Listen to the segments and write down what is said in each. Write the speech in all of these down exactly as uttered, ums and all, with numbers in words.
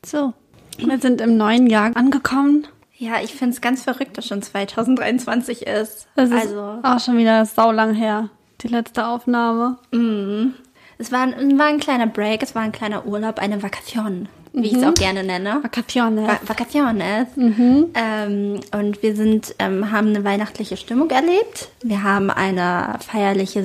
So, wir sind im neuen Jahr angekommen. Ja, ich finde es ganz verrückt, dass schon zwanzig dreiundzwanzig ist. Das ist also auch schon wieder saulang her, die letzte Aufnahme. Mm. Es war ein, war ein kleiner Break, es war ein kleiner Urlaub, eine Vakation, wie mhm. ich es auch gerne nenne. Vacaciones. Va- Vacaciones. Mhm. Ähm, und wir sind, ähm, haben eine weihnachtliche Stimmung erlebt. Wir haben eine feierliche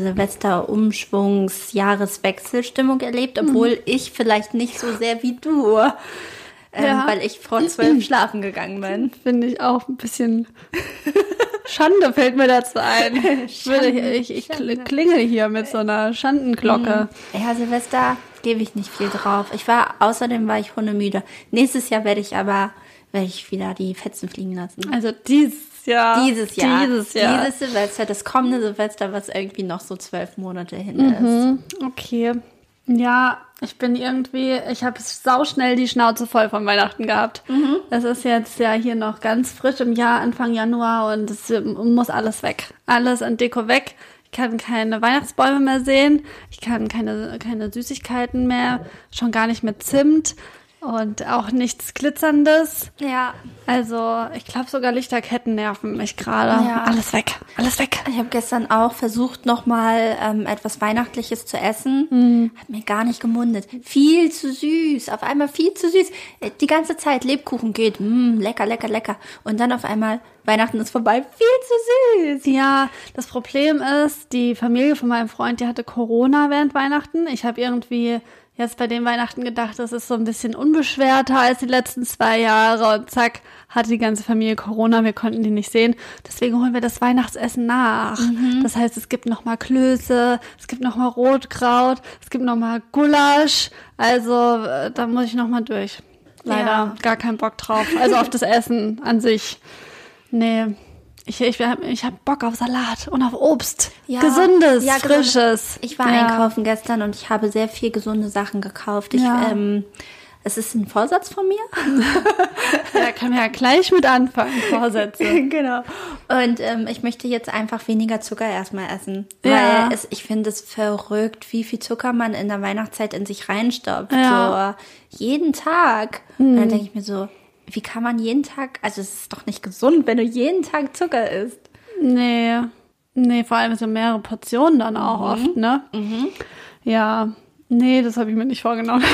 Silvester-Umschwungs-Jahreswechselstimmung erlebt, obwohl mhm. ich vielleicht nicht so sehr wie du. Ähm, ja. Weil ich vor zwölf schlafen gegangen bin. Finde ich auch ein bisschen Schande, fällt mir dazu ein. Schande, ich ich, ich klingel hier mit so einer Schandenglocke. Ja, Silvester gebe ich nicht viel drauf. Ich war, außerdem war ich hundemüde. Nächstes Jahr werde ich aber, werde ich wieder die Fetzen fliegen lassen. Also dieses Jahr. Dieses Jahr. Dieses Jahr. Dieses Silvester, das kommende Silvester, was irgendwie noch so zwölf Monate hin mhm. ist. Okay. Ja, ich bin irgendwie, ich habe sauschnell die Schnauze voll von Weihnachten gehabt. Mhm. Das ist jetzt ja hier noch ganz frisch im Jahr, Anfang Januar und es muss alles weg. Alles an Deko weg. Ich kann keine Weihnachtsbäume mehr sehen. Ich kann keine, keine Süßigkeiten mehr, schon gar nicht mit Zimt. Und auch nichts Glitzerndes. Ja. Also, ich glaube, sogar Lichterketten nerven mich gerade. Ja. Alles weg, alles weg. Ich habe gestern auch versucht, nochmal ähm, etwas Weihnachtliches zu essen. Mhm. Hat mir gar nicht gemundet. Viel zu süß. Auf einmal viel zu süß. Die ganze Zeit Lebkuchen geht. Mm, lecker, lecker, lecker. Und dann auf einmal, Weihnachten ist vorbei. Viel zu süß. Ja, das Problem ist, die Familie von meinem Freund, die hatte Corona während Weihnachten. Ich habe irgendwie jetzt bei den Weihnachten gedacht, das ist so ein bisschen unbeschwerter als die letzten zwei Jahre. Und zack, hatte die ganze Familie Corona, wir konnten die nicht sehen. Deswegen holen wir das Weihnachtsessen nach. Mhm. Das heißt, es gibt nochmal Klöße, es gibt nochmal Rotkraut, es gibt nochmal Gulasch. Also da muss ich nochmal durch. Leider, ja. Gar keinen Bock drauf. Also auf das Essen an sich. Nee. Ich, ich, ich habe Bock auf Salat und auf Obst. Ja, Gesundes, ja, Frisches. Ich war ja. einkaufen gestern und ich habe sehr viel gesunde Sachen gekauft. Ich, ja. ähm, es ist ein Vorsatz von mir. Da können wir ja gleich mit anfangen, Vorsätze. Genau. Und ähm, ich möchte jetzt einfach weniger Zucker erstmal essen. Ja. Weil es, ich finde es verrückt, wie viel Zucker man in der Weihnachtszeit in sich reinstopft. Ja. So jeden Tag. Hm. Und dann denke ich mir so, wie kann man jeden Tag, also es ist doch nicht gesund, wenn du jeden Tag Zucker isst. Nee, nee, vor allem so mehrere Portionen dann auch mhm. oft, ne? Mhm. Ja, nee, das habe ich mir nicht vorgenommen.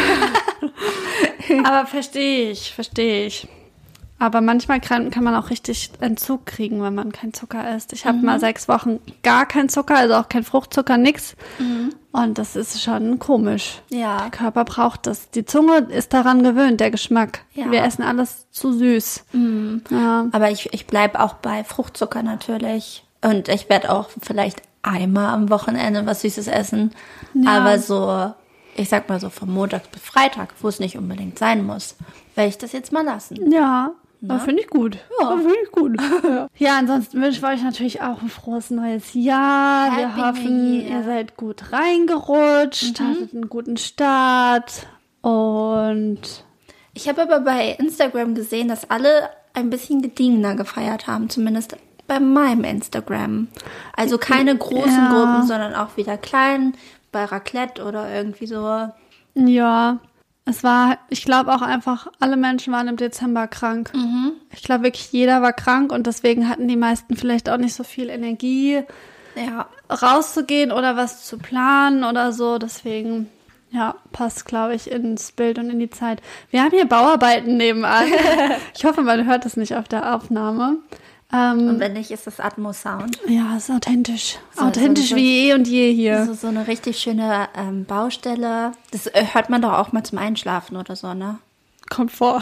Aber verstehe ich, verstehe ich. Aber manchmal kann, kann man auch richtig Entzug kriegen, wenn man keinen Zucker isst. Ich habe mhm. mal sechs Wochen gar keinen Zucker, also auch kein Fruchtzucker, nix. Mhm. Und das ist schon komisch. Ja. Der Körper braucht das. Die Zunge ist daran gewöhnt, der Geschmack. Ja. Wir essen alles zu süß. Mhm. Ja. Aber ich, ich bleibe auch bei Fruchtzucker natürlich. Und ich werde auch vielleicht einmal am Wochenende was Süßes essen. Ja. Aber so, ich sag mal so von Montag bis Freitag, wo es nicht unbedingt sein muss, werde ich das jetzt mal lassen. Ja. Das finde ich gut. Ja, finde ich gut. Ja, ja, ansonsten wünsche ich euch natürlich auch ein frohes neues Jahr. Happy Wir hoffen, New Year. ihr seid gut reingerutscht, Mhm. hattet einen guten Start. Und Ich habe aber bei Instagram gesehen, dass alle ein bisschen gediegener gefeiert haben, zumindest bei meinem Instagram. Also keine großen Ja. Gruppen, sondern auch wieder klein, bei Raclette oder irgendwie so. ja, es war, ich glaube auch einfach, alle Menschen waren im Dezember krank. Mhm. Ich glaube wirklich, jeder war krank und deswegen hatten die meisten vielleicht auch nicht so viel Energie, Ja. rauszugehen oder was zu planen oder so. Deswegen, ja, passt, glaube ich, ins Bild und in die Zeit. Wir haben hier Bauarbeiten nebenan. Ich hoffe, man hört es nicht auf der Aufnahme. Ähm, Und wenn nicht, ist das Atmo-Sound. ja, ist authentisch. So, authentisch so, so, wie eh und je hier. So, so eine richtig schöne ähm, Baustelle. Das äh, hört man doch auch mal zum Einschlafen oder so, ne? Kommt vor.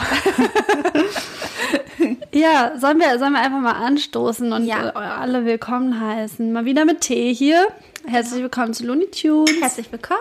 Ja, sollen wir, sollen wir einfach mal anstoßen und Ja. äh, alle willkommen heißen. Mal wieder mit Tee hier. Herzlich willkommen zu Looney Tunes. Herzlich willkommen!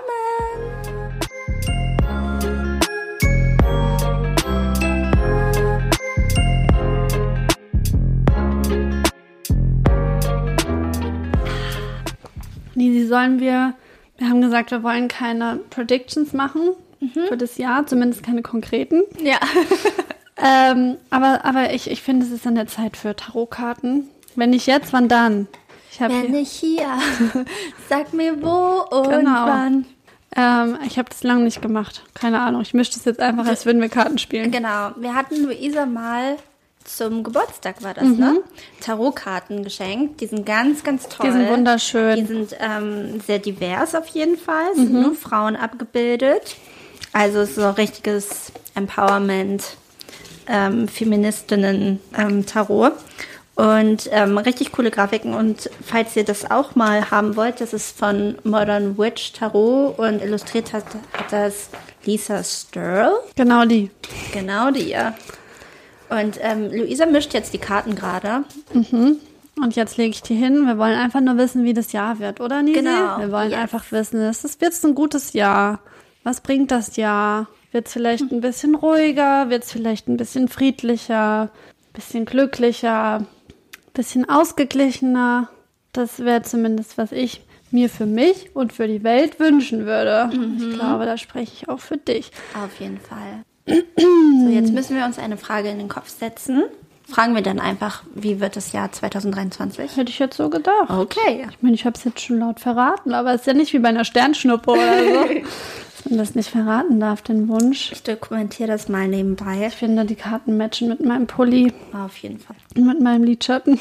Nisi, sollen wir, wir haben gesagt, wir wollen keine Predictions machen für das Jahr, zumindest keine konkreten. Ja. Ähm, aber aber ich, ich finde, es ist an der Zeit für Tarotkarten. Wenn nicht jetzt, wann dann? Ich hab Wenn hier, nicht hier, sag mir wo und Genau. wann. Ähm, ich habe das lange nicht gemacht. Keine Ahnung. Ich mische das jetzt einfach, als würden wir Karten spielen. Genau. Wir hatten Luisa mal zum Geburtstag, war das, mhm. ne? Tarotkarten geschenkt. Die sind ganz, ganz toll. Die sind wunderschön. Die sind ähm, sehr divers auf jeden Fall. Es sind mhm. nur Frauen abgebildet. Also es ist so ein richtiges Empowerment, ähm, Feministinnen ähm, Tarot. Und ähm, richtig coole Grafiken. Und falls ihr das auch mal haben wollt, das ist von Modern Witch Tarot und illustriert hat, hat das Lisa Sturl. Genau die. Genau die, ja. Und ähm, Luisa mischt jetzt die Karten gerade. Mhm. Und jetzt lege ich die hin. Wir wollen einfach nur wissen, wie das Jahr wird, oder Nisi? Genau. Wir wollen yes. einfach wissen, es wird ein gutes Jahr. Was bringt das Jahr? Wird es vielleicht ein bisschen ruhiger? Wird es vielleicht ein bisschen friedlicher? Ein bisschen glücklicher? Ein bisschen ausgeglichener? Das wäre zumindest, was ich mir für mich und für die Welt wünschen würde. Mhm. Ich glaube, da spreche ich auch für dich. Auf jeden Fall. So, jetzt müssen wir uns eine Frage in den Kopf setzen. Fragen wir dann einfach, wie wird das Jahr zwanzig dreiundzwanzig? Hätte ich jetzt so gedacht. Okay. Ich meine, ich habe es jetzt schon laut verraten, aber es ist ja nicht wie bei einer Sternschnuppe oder so, dass man das nicht verraten darf, den Wunsch. Ich dokumentiere das mal nebenbei. Ich finde, die Karten matchen mit meinem Pulli. Auf jeden Fall. Und mit meinem Lidschatten.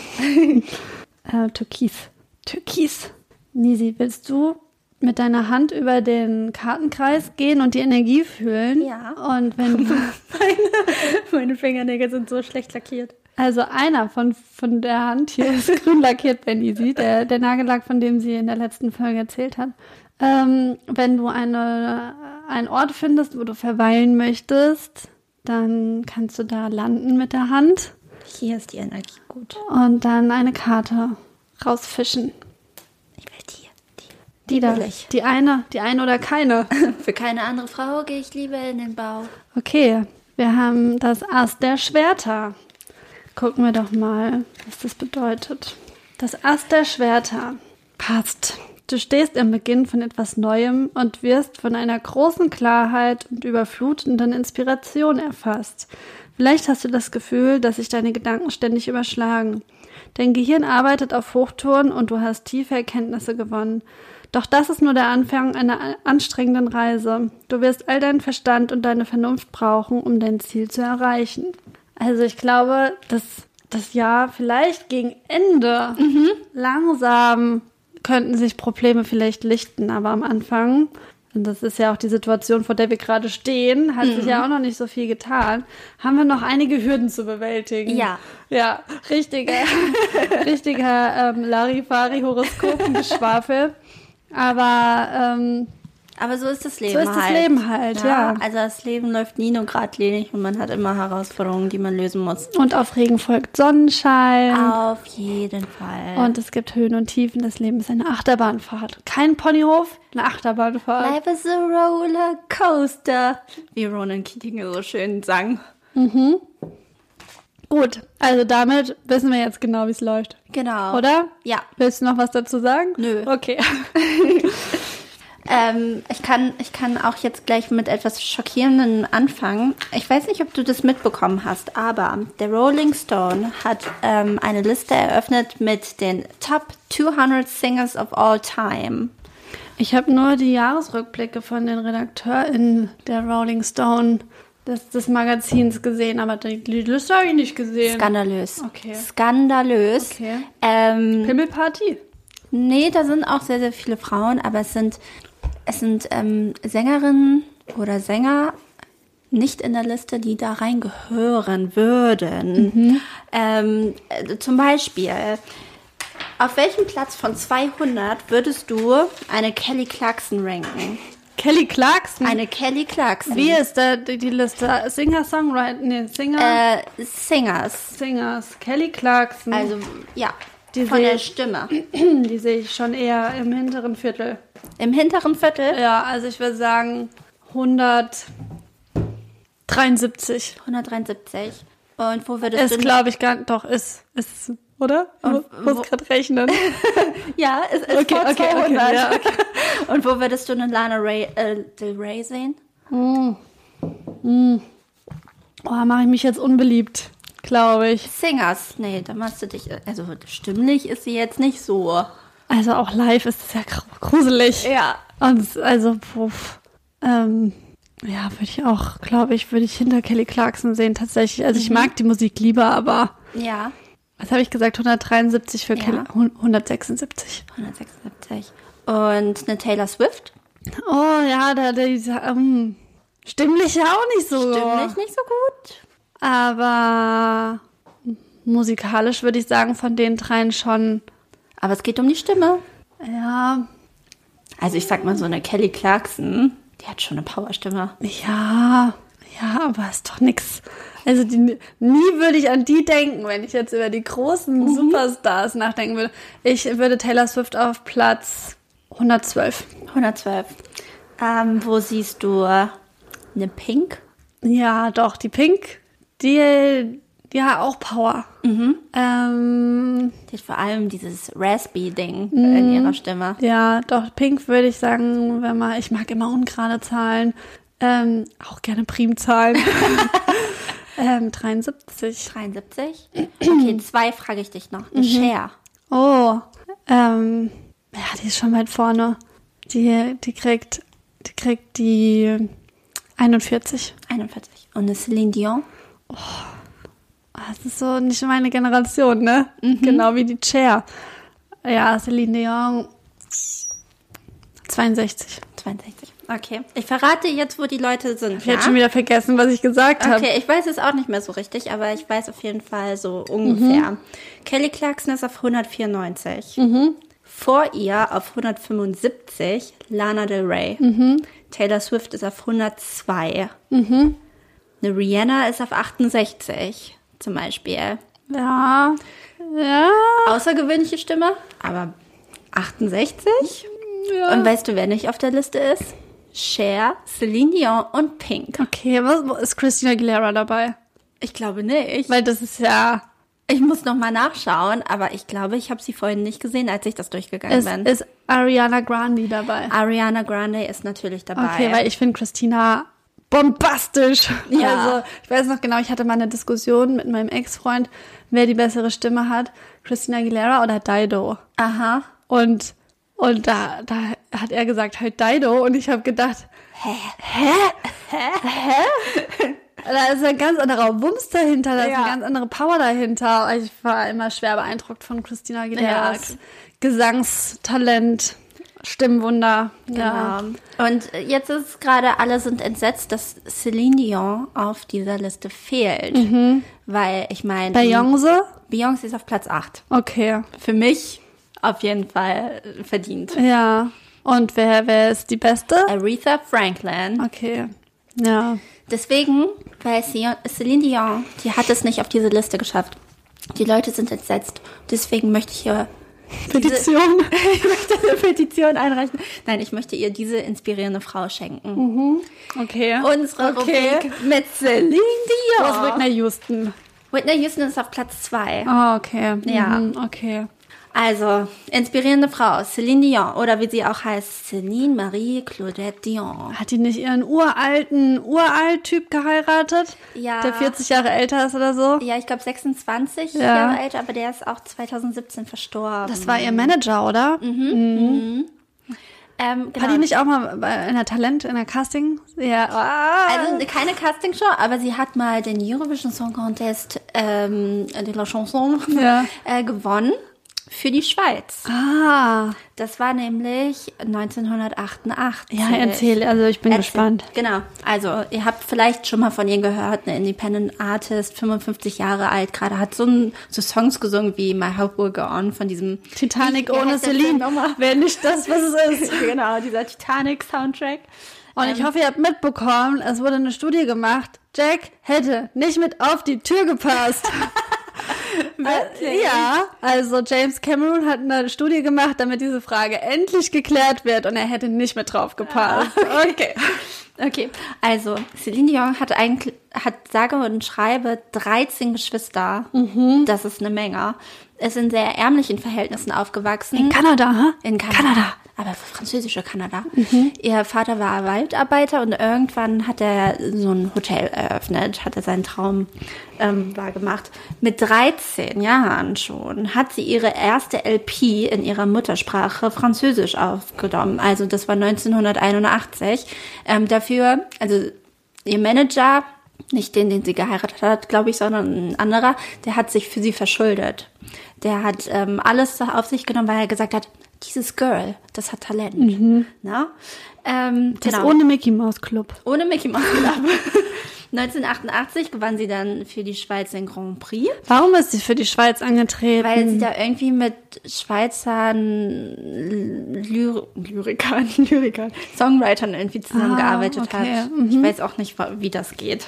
äh, Türkis. Türkis. Nisi, willst du mit deiner Hand über den Kartenkreis gehen und die Energie fühlen? Ja. Und wenn du meine, meine Fingernägel sind so schlecht lackiert. Also einer von, von der Hand hier ist grün lackiert, wenn die sieht, der, der Nagellack, von dem sie in der letzten Folge erzählt hat. Ähm, wenn du eine, einen Ort findest, wo du verweilen möchtest, dann kannst du da landen mit der Hand. Hier ist die Energie gut. Und dann eine Karte rausfischen. Ich will die. Die da, die eine, die eine oder keine. Für keine andere Frau gehe ich lieber in den Bau. Okay, wir haben das Ass der Schwerter. Gucken wir doch mal, was das bedeutet. Das Ass der Schwerter passt. Du stehst am Beginn von etwas Neuem und wirst von einer großen Klarheit und überflutenden Inspiration erfasst. Vielleicht hast du das Gefühl, dass sich deine Gedanken ständig überschlagen. Dein Gehirn arbeitet auf Hochtouren und du hast tiefe Erkenntnisse gewonnen. Doch das ist nur der Anfang einer anstrengenden Reise. Du wirst all deinen Verstand und deine Vernunft brauchen, um dein Ziel zu erreichen. Also ich glaube, dass das Jahr vielleicht gegen Ende mhm. langsam könnten sich Probleme vielleicht lichten, aber am Anfang, und das ist ja auch die Situation, vor der wir gerade stehen, hat mhm. sich ja auch noch nicht so viel getan, haben wir noch einige Hürden zu bewältigen. Ja. Ja, richtiger, richtiger ähm, Larifari-Horoskopengeschwafel. Aber, ähm, aber so ist das Leben halt. So ist das Leben halt, ja. ja. Also das Leben läuft nie nur geradlinig und man hat immer Herausforderungen, die man lösen muss. Und auf Regen folgt Sonnenschein. Auf jeden Fall. Und es gibt Höhen und Tiefen. Das Leben ist eine Achterbahnfahrt. Kein Ponyhof, eine Achterbahnfahrt. Life is a roller coaster, wie Ronan Keating so schön sang. Mhm. Gut, also damit wissen wir jetzt genau, wie es läuft. Genau. Oder? Ja. Willst du noch was dazu sagen? Nö. Okay. ähm, ich kann, ich kann auch jetzt gleich mit etwas Schockierendem anfangen. Ich weiß nicht, ob du das mitbekommen hast, aber der Rolling Stone hat ähm, eine Liste eröffnet mit den Top zweihundert Singers of all time. Ich habe nur die Jahresrückblicke von den RedakteurInnen der Rolling Stone des, des Magazins gesehen, aber die Liste habe ich nicht gesehen. Skandalös. Okay. Skandalös. Okay. Ähm, Pimmelparty? Nee, da sind auch sehr, sehr viele Frauen, aber es sind, es sind ähm, Sängerinnen oder Sänger nicht in der Liste, die da reingehören würden. Mhm. Ähm, äh, zum Beispiel, auf welchem Platz von zweihundert würdest du eine Kelly Clarkson ranken? Kelly Clarkson? Eine Kelly Clarkson. Wie ist da die, die Liste? Singer, Songwriter? Nee, Singer? Äh, Singers. Singers. Kelly Clarkson. Also, ja, die von seh, der Stimme. Die sehe ich schon eher im hinteren Viertel. Im hinteren Viertel? Ja, also ich würde sagen hundertdreiundsiebzig. hundertdreiundsiebzig. Und wo würdest ist, du... glaube ich, gar doch, ist, ist, oder? Und, ich muss gerade rechnen. Ja, es ist okay, vor okay, zweihundert. Okay, ja, okay. Und wo würdest du eine Lana Ray, äh, Del Rey sehen? Mm. Mm. Oh, mache ich mich jetzt unbeliebt, glaube ich. Singers. Nee, da machst du dich... Also stimmlich ist sie jetzt nicht so. Also auch live ist es ja gruselig. Ja. Und also, puff, ähm, ja, würde ich auch, glaube ich, würde ich hinter Kelly Clarkson sehen, tatsächlich. Also ich Mhm. mag die Musik lieber, aber Ja, was habe ich gesagt? hundertdreiundsiebzig für Ja. Kelly, hundertsechsundsiebzig. hundertsechsundsiebzig. Und eine Taylor Swift? Oh ja, da, da ähm, stimmlich ja auch nicht so. Stimmlich nicht so gut. Aber musikalisch würde ich sagen, von den dreien schon, Aber es geht um die Stimme. ja, Also ich sag mal, so eine Kelly Clarkson, die hat schon eine Powerstimme. ja, ja, aber ist doch nix. Also die, nie würde ich an die denken, wenn ich jetzt über die großen Mhm. Superstars nachdenken würde. Ich würde Taylor Swift auf Platz hundertzwölf. hundertzwölf. Ähm, wo siehst du eine Pink? Ja, doch, die Pink, die, die hat auch Power. Mhm. Ähm, Die hat vor allem dieses Raspy-Ding in ihrer Stimme. ja, doch, Pink würde ich sagen, wenn man, ich mag immer ungerade Zahlen, ähm, auch gerne Primzahlen. ähm, dreiundsiebzig. dreiundsiebzig. Okay, zwei frage ich dich noch. Eine Cher. Oh, ähm, ja, die ist schon weit vorne. Die, die kriegt, die kriegt die einundvierzig. einundvierzig. Und eine Celine Dion. Das ist so nicht meine Generation, ne? Genau wie die Cher. Ja, Celine Dion. zweiundsechzig. zweiundsechzig. Okay. Ich verrate jetzt, wo die Leute sind. Ich hätte schon wieder vergessen, was ich gesagt habe. Okay, ich weiß es auch nicht mehr so richtig, aber ich weiß auf jeden Fall so ungefähr. Mhm. Kelly Clarkson ist auf hundertvierundneunzig. Vor ihr auf hundertfünfundsiebzig Lana Del Rey. Mhm. Taylor Swift ist auf hundertzwei. Eine Rihanna ist auf achtundsechzig zum Beispiel. Ja. Ja. Außergewöhnliche Stimme, aber achtundsechzig. ja. Und weißt du, wer nicht auf der Liste ist? Cher, Celine Dion und Pink. Okay, was, wo ist Christina Aguilera dabei? Ich glaube nicht. Weil das ist ja, Ich muss noch mal nachschauen, aber ich glaube, ich habe sie vorhin nicht gesehen, als ich das durchgegangen es bin. ist Ariana Grande dabei. Ariana Grande ist natürlich dabei. Okay, weil ich finde Christina bombastisch. Ja. Also, ich weiß noch genau, ich hatte mal eine Diskussion mit meinem Ex-Freund, wer die bessere Stimme hat, Christina Aguilera oder Dido. Aha. Und, und da, da hat er gesagt, halt Dido. Und ich habe gedacht, Hä? hä? Hä? Da ist ein ganz anderer Wumms dahinter, da ist Ja. eine ganz andere Power dahinter. Ich war immer schwer beeindruckt von Christina Aguileras Ja. Gesangstalent, Stimmwunder. Ja. Genau. Und jetzt ist gerade, alle sind entsetzt, dass Celine Dion auf dieser Liste fehlt. Weil, ich meine, Beyoncé? Beyoncé ist auf Platz acht. Okay. Für mich auf jeden Fall verdient. Ja. Und wer, wer ist die Beste? Aretha Franklin. Okay. Ja. Deswegen, weil Ce- Celine Dion, die hat es nicht auf diese Liste geschafft. Die Leute sind entsetzt. Deswegen möchte ich hier Petition. ich möchte eine Petition einreichen. Nein, ich möchte ihr diese inspirierende Frau schenken. Okay. Unsere okay. Rubrik mit Celine Wo ist Dion. Whitney Houston? Whitney Houston ist auf Platz zwei. Ah, okay. Ja. Mhm, okay. Also, inspirierende Frau, Celine Dion. Oder wie sie auch heißt, Celine Marie Claudette Dion. Hat die nicht ihren uralten, uralt Typ geheiratet? Ja. Der vierzig Jahre älter ist oder so? Ja, ich glaube sechsundzwanzig Ja. Jahre alt, aber der ist auch zweitausendsiebzehn verstorben. Das war ihr Manager, oder? ähm, genau. War die nicht auch mal bei- in der Talent, in der Casting? Ja. Ah. Also keine Castingshow, aber sie hat mal den Eurovision Song Contest ähm, de la Chanson Ja. äh, gewonnen für die Schweiz. ah. Das war nämlich neunzehnhundertachtundachtzig. Ja, erzähl, also ich bin Erzähl. gespannt. Genau, also ihr habt vielleicht schon mal von ihr gehört, eine Independent Artist, fünfundfünfzig Jahre alt, gerade hat so, ein, so Songs gesungen wie My Hope Will Go On von diesem Titanic Wie- wie ohne heißt der Film Celine nochmal? wäre nicht das, was es ist. Genau, dieser Titanic-Soundtrack. Und ich hoffe, ihr habt mitbekommen, es wurde eine Studie gemacht. Jack hätte nicht mit auf die Tür gepasst. Wirklich? Ja, also James Cameron hat eine Studie gemacht, damit diese Frage endlich geklärt wird und er hätte nicht mit drauf gepasst. Okay. Okay, also Celine Dion hat eigentlich, hat sage und schreibe dreizehn Geschwister. Das ist eine Menge. Ist in sehr ärmlichen Verhältnissen aufgewachsen. In Kanada, hä? In Kanada. Kanada. aber französische Kanada. Mhm. Ihr Vater war Waldarbeiter und irgendwann hat er so ein Hotel eröffnet, hat er seinen Traum ähm, wahrgemacht. Mit dreizehn Jahren schon hat sie ihre erste L P in ihrer Muttersprache Französisch aufgenommen. Also das war neunzehnhunderteinundachtzig. Ähm, dafür, also ihr Manager, nicht den, den sie geheiratet hat, glaube ich, sondern ein anderer, der hat sich für sie verschuldet. Der hat ähm, alles auf sich genommen, weil er gesagt hat, dieses Girl, das hat Talent. Mhm. Na? Ähm, das genau. Ohne Mickey Mouse Club. Ohne Mickey Mouse Club. neunzehnhundertachtundachtzig gewann sie dann für die Schweiz den Grand Prix. Warum ist sie für die Schweiz angetreten? Weil sie da irgendwie mit Schweizern Lyr- Lyrikern, Lyrikern, Songwritern irgendwie zusammengearbeitet ah, okay. hat. Mhm. Ich weiß auch nicht, wie das geht.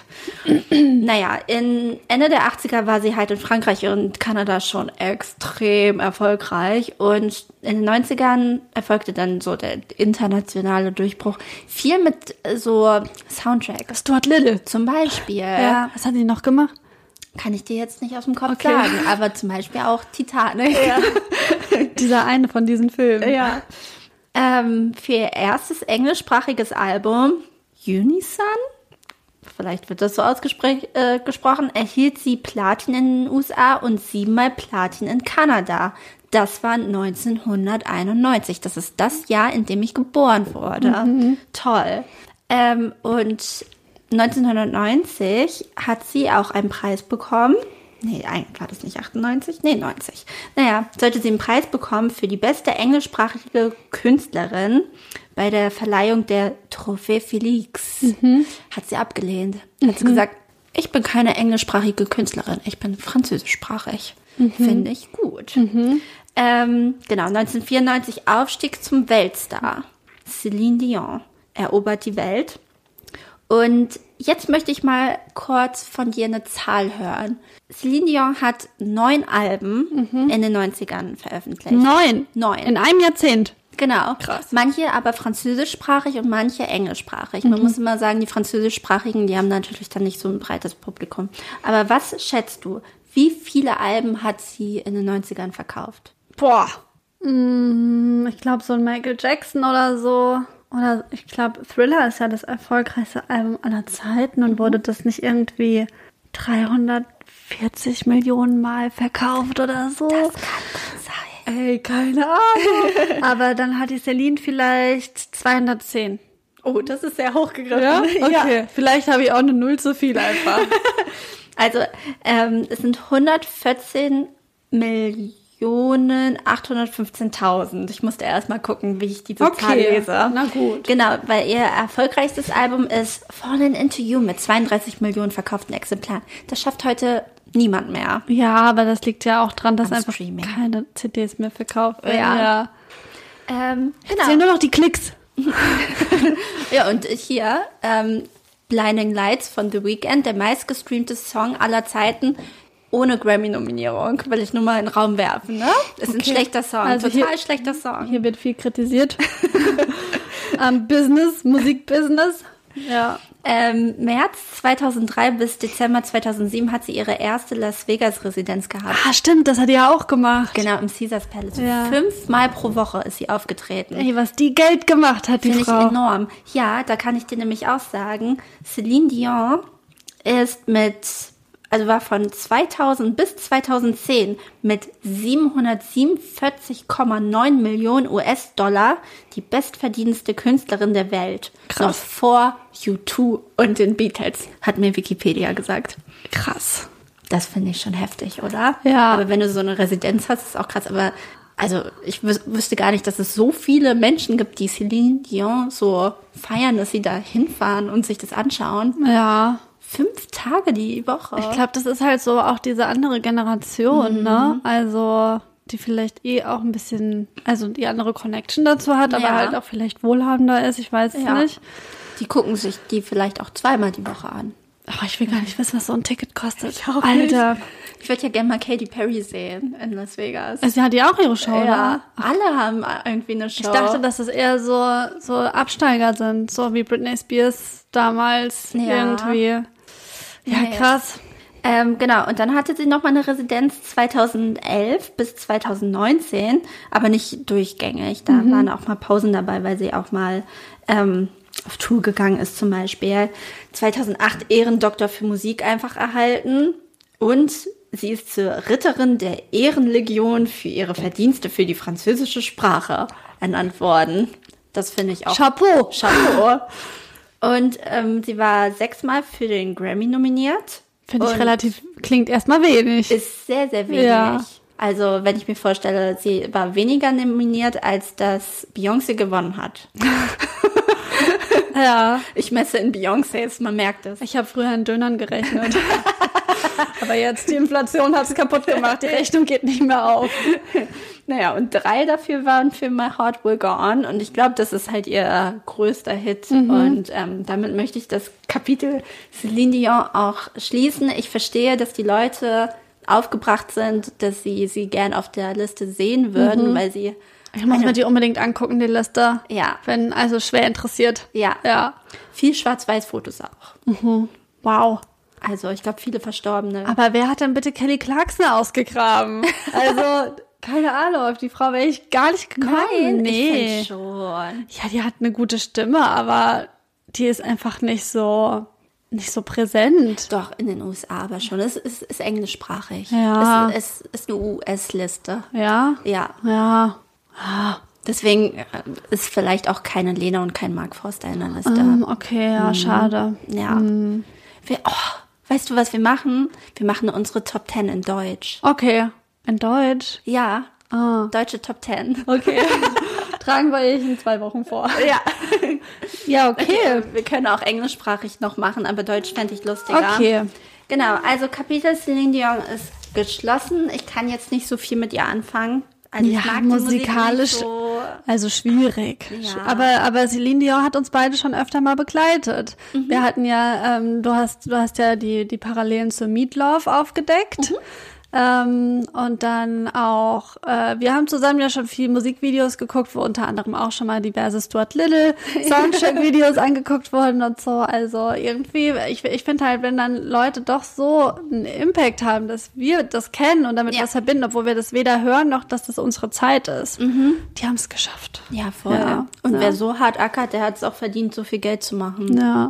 Naja, in Ende der achtziger war sie halt in Frankreich und Kanada schon extrem erfolgreich. Und in den neunzigern erfolgte dann so der internationale Durchbruch. Viel mit so Soundtracks. Stuart Little. Zum Beispiel. Ja, was hat sie noch gemacht? Kann ich dir jetzt nicht aus dem Kopf okay. sagen, aber zum Beispiel auch Titanic. Ja. Dieser eine von diesen Filmen. Ja. Ähm, für ihr erstes englischsprachiges Album, Unison, vielleicht wird das so ausgesprochen, äh, erhielt sie Platin in den U S A und siebenmal Platin in Kanada. Das war neunzehnhunderteinundneunzig. Das ist das Jahr, in dem ich geboren wurde. Mhm. Toll. Ähm, und neunzehnhundertneunzig hat sie auch einen Preis bekommen. Nee, eigentlich war das nicht achtundneunzig? Nee, neunzig. Naja, sollte sie einen Preis bekommen für die beste englischsprachige Künstlerin bei der Verleihung der Trophée Félix. Mhm. Hat sie abgelehnt. Mhm. Hat sie gesagt, ich bin keine englischsprachige Künstlerin, ich bin französischsprachig. Mhm. Finde ich gut. Mhm. Ähm, genau, neunzehnhundertvierundneunzig Aufstieg zum Weltstar. Céline Dion erobert die Welt. Und jetzt möchte ich mal kurz von dir eine Zahl hören. Céline Dion hat neun Alben mhm. in den neunzigern veröffentlicht. Neun? Neun. In einem Jahrzehnt? Genau. Krass. Manche aber französischsprachig und manche englischsprachig. Man mhm. muss immer sagen, die französischsprachigen, die haben natürlich dann nicht so ein breites Publikum. Aber was schätzt du? Wie viele Alben hat sie in den neunzigern verkauft? Boah. Mm, ich glaube so ein Michael Jackson oder so. Oder ich glaube, Thriller ist ja das erfolgreichste Album aller Zeiten und wurde das nicht irgendwie dreihundertvierzig Millionen Mal verkauft oder so? Das kann sein. Ey, keine Ahnung. Aber dann hat die Céline vielleicht zweihundertzehn. Oh, das ist sehr hochgegriffen. Ja? Okay, ja. Vielleicht habe ich auch eine Null zu viel einfach. Also, ähm, es sind hundertvierzehn Millionen achthundertfünfzehntausend. Ich musste erst mal gucken, wie ich diese okay. Zahl lese. Na gut. Genau, weil ihr erfolgreichstes Album ist Fallen Into You mit zweiunddreißig Millionen verkauften Exemplaren. Das schafft heute niemand mehr. Ja, aber das liegt ja auch dran, dass Am einfach Streaming. keine C Ds mehr verkauft werden. Ja. ja. Ähm, genau. Zählen nur noch die Klicks. Ja, und hier ähm, Blinding Lights von The Weeknd, der meistgestreamte Song aller Zeiten, ohne Grammy-Nominierung, will ich nur mal in den Raum werfen, ne? Es ist Okay. ein schlechter Song, Also total hier- schlechter Song. Hier wird viel kritisiert. Am Business, Musikbusiness. Ja. Ähm, März zweitausenddrei bis Dezember zweitausendsieben hat sie ihre erste Las Vegas-Residenz gehabt. Ah, stimmt, das hat die ja auch gemacht. Genau, im Caesars Palace. Ja. Fünfmal pro Woche ist sie aufgetreten. Ey, was die Geld gemacht hat, die Finde ich Frau. enorm. Ja, da kann ich dir nämlich auch sagen, Céline Dion ist mit, also war von zweitausend bis zweitausendzehn mit siebenhundertsiebenundvierzig Komma neun Millionen U S-Dollar die bestverdienendste Künstlerin der Welt. Krass. Noch vor U zwei und den Beatles, hat mir Wikipedia gesagt. Krass. Das finde ich schon heftig, oder? Ja. Aber wenn du so eine Residenz hast, ist es auch krass. Aber also ich wüs- wüsste gar nicht, dass es so viele Menschen gibt, die Céline Dion so feiern, dass sie da hinfahren und sich das anschauen. Ja. Fünf Tage die Woche. Ich glaube, das ist halt so auch diese andere Generation, Mhm. ne? Also, die vielleicht eh auch ein bisschen, also die andere Connection dazu hat, aber Ja. halt auch vielleicht wohlhabender ist, ich weiß es Ja. nicht. Die gucken sich die vielleicht auch zweimal die Woche an. Aber ich will gar nicht wissen, was so ein Ticket kostet. Ich auch Alter. Ich würde ja gerne mal Katy Perry sehen in Las Vegas. Also, hat die auch ihre Show, ja, ne? alle haben irgendwie eine Show. Ich dachte, dass es eher so, so Absteiger sind, so wie Britney Spears damals Ja. irgendwie. Ja, Nee. krass. Ähm, genau, und dann hatte sie nochmal eine Residenz zweitausendelf bis zweitausendneunzehn, aber nicht durchgängig. Da mhm. waren auch mal Pausen dabei, weil sie auch mal ähm, auf Tour gegangen ist zum Beispiel. zweitausendacht Ehrendoktor für Musik einfach erhalten und sie ist zur Ritterin der Ehrenlegion für ihre Verdienste für die französische Sprache ernannt worden. Das finde ich auch. Chapeau. Chapeau. Und ähm, sie war sechsmal für den Grammy nominiert. Finde ich relativ, klingt erstmal wenig. Ist sehr, sehr wenig. Ja. Also, wenn ich mir vorstelle, sie war weniger nominiert, als dass Beyoncé gewonnen hat. Ja. Ich messe in Beyoncés, man merkt es. Ich habe früher in Dönern gerechnet. Aber jetzt, die Inflation hat es kaputt gemacht. Die Rechnung geht nicht mehr auf. Naja, und drei dafür waren für My Heart Will Go On. Und ich glaube, das ist halt ihr größter Hit. Mhm. Und ähm, damit möchte ich das Kapitel Céline Dion auch schließen. Ich verstehe, dass die Leute aufgebracht sind, dass sie sie gern auf der Liste sehen würden, mhm. weil sie... Ich muss eine, mir die unbedingt angucken, die Liste. Ja. Wenn also schwer interessiert. Ja. Ja. Viel Schwarz-Weiß-Fotos auch. Mhm. Wow. Also ich glaube, viele Verstorbene. Aber wer hat denn bitte Kelly Clarkson ausgegraben? Also, keine Ahnung, auf die Frau wäre ich gar nicht gekommen. Nein, nee. Ich schon. Ja, die hat eine gute Stimme, aber die ist einfach nicht so, nicht so präsent. Doch, in den U S A aber schon. Es ist, ist englischsprachig. Ja. Es, es ist eine U S-Liste. Ja? Ja. Ja. Ah. Deswegen ist vielleicht auch keine Lena und kein Mark Forster in der Liste. Um, okay, ja, mhm. schade. Ja. Mhm. Wir, oh, weißt du, was wir machen? Wir machen unsere Top Ten in Deutsch. Okay, in Deutsch? Ja, ah. deutsche Top Ten. Okay, tragen wir euch in zwei Wochen vor. Ja. Ja, okay. okay. Wir können auch englischsprachig noch machen, aber Deutsch fände ich lustiger. Okay. Genau, also Kapitel Céline Dion ist geschlossen. Ich kann jetzt nicht so viel mit ihr anfangen. Also ja, ich mag musikalisch, so. Also schwierig. Ja. Aber, aber Céline Dion hat uns beide schon öfter mal begleitet. Mhm. Wir hatten ja, ähm, du hast, du hast ja die, die Parallelen zur Meatloaf aufgedeckt. Mhm. Ähm, und dann auch, äh, wir haben zusammen ja schon viel Musikvideos geguckt, wo unter anderem auch schon mal diverse Stuart Little Soundtrack-Videos angeguckt wurden und so. Also irgendwie, ich, ich finde halt, wenn dann Leute doch so einen Impact haben, dass wir das kennen und damit ja. was verbinden, obwohl wir das weder hören, noch dass das unsere Zeit ist. Mhm. Die haben es geschafft. Ja, voll. Ja. Und ja. wer so hart ackert, der hat es auch verdient, so viel Geld zu machen. Ja.